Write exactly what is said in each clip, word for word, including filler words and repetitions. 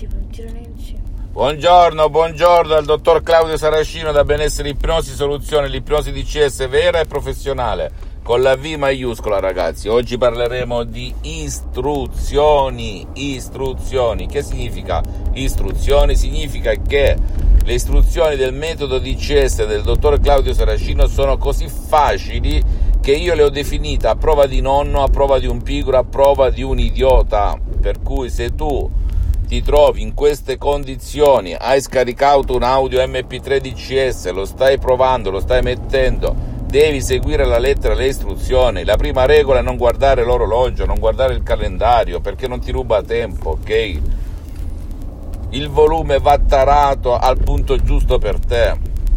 ragazzi, buongiorno insieme. Buongiorno, buongiorno dal dottor Claudio Saracino da Benessere Ipnosi Soluzione, l'ipnosi D C S vera e professionale, con la V maiuscola ragazzi. Oggi parleremo di istruzioni, istruzioni. Che significa istruzioni? Significa che le istruzioni del metodo D C S del dottor Claudio Saracino sono così facili che io le ho definite a prova di nonno, a prova di un pigro, a prova di un idiota. Per cui se tu ti trovi in queste condizioni, hai scaricato un audio M P tre D C S, lo stai provando, lo stai mettendo, devi seguire alla lettera le istruzioni. La prima regola è non guardare l'orologio, non guardare il calendario, perché non ti ruba tempo, ok? Il volume va tarato al punto giusto per te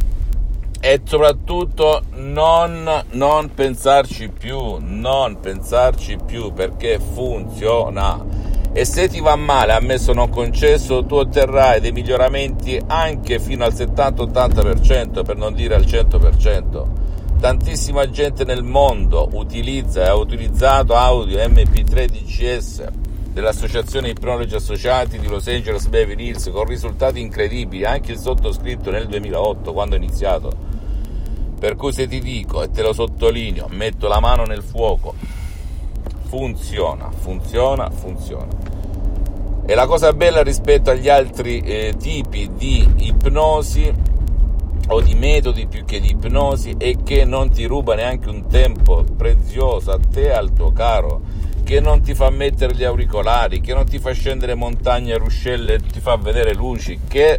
e soprattutto non, non pensarci più, non pensarci più, perché funziona. E se ti va male, ammesso non concesso, tu otterrai dei miglioramenti anche fino al settanta ottanta per cento, per non dire al cento per cento. Tantissima gente nel mondo utilizza e ha utilizzato audio M P tre D C S dell'Associazione Ipnologi Associati di Los Angeles Beverly Hills con risultati incredibili, anche il sottoscritto nel duemilaotto quando ho iniziato. Per cui se ti dico, e te lo sottolineo, metto la mano nel fuoco, funziona, funziona, funziona. E la cosa bella rispetto agli altri eh, tipi di ipnosi o di metodi più che di ipnosi è che non ti ruba neanche un tempo prezioso a te e al tuo caro, che non ti fa mettere gli auricolari, che non ti fa scendere montagne, ruscelle, ti fa vedere luci, che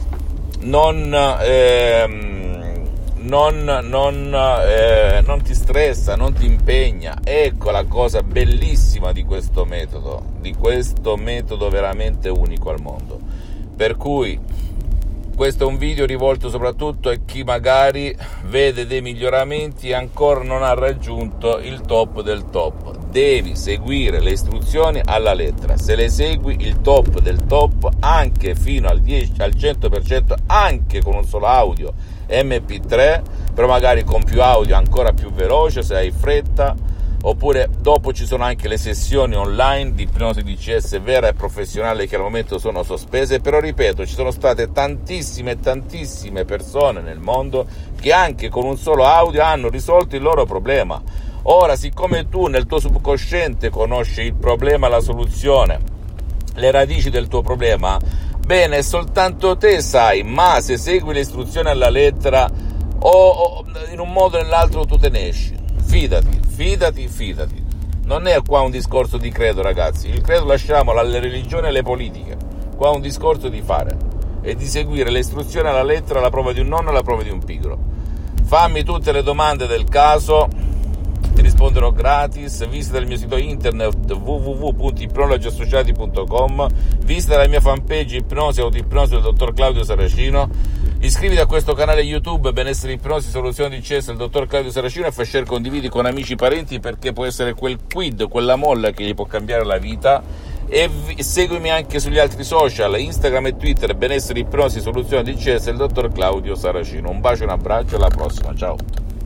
non... Ehm, Non, non, eh, non ti stressa, non ti impegna. Ecco la cosa bellissima di questo metodo, di questo metodo veramente unico al mondo. Per cui questo è un video rivolto soprattutto a chi magari vede dei miglioramenti e ancora non ha raggiunto il top del top. Devi seguire le istruzioni alla lettera. Se le segui, il top del top, anche fino al dieci, al cento per cento, anche con un solo audio M P tre, però magari con più audio ancora più veloce se hai fretta, oppure dopo ci sono anche le sessioni online di ipnosi D C S vera e professionale che al momento sono sospese, però ripeto, ci sono state tantissime tantissime persone nel mondo che anche con un solo audio hanno risolto il loro problema. Ora, siccome tu nel tuo subconsciente conosci il problema, la soluzione, le radici del tuo problema, bene, soltanto te sai, ma se segui le istruzioni alla lettera o, o in un modo o nell'altro tu te ne esci. Fidati, fidati, fidati. Non è qua un discorso di credo, ragazzi. Il credo lasciamolo alle religioni e alle politiche. Qua è un discorso di fare e di seguire le istruzioni alla lettera, alla prova di un nonno e alla prova di un pigro. Fammi tutte le domande del caso, ti risponderò gratis. Visita il mio sito internet w w w punto ipnologi associati punto com, visita la mia fanpage Ipnosi Autoipnosi del dottor Claudio Saracino, iscriviti a questo canale YouTube Benessere Ipnosi Soluzione D C S del dottor Claudio Saracino e fai share, condividi con amici e parenti, perché può essere quel quid, quella molla che gli può cambiare la vita. E vi, seguimi anche sugli altri social, Instagram e Twitter, Benessere Ipnosi Soluzione D C S del dottor Claudio Saracino. Un bacio, un abbraccio, alla prossima, ciao.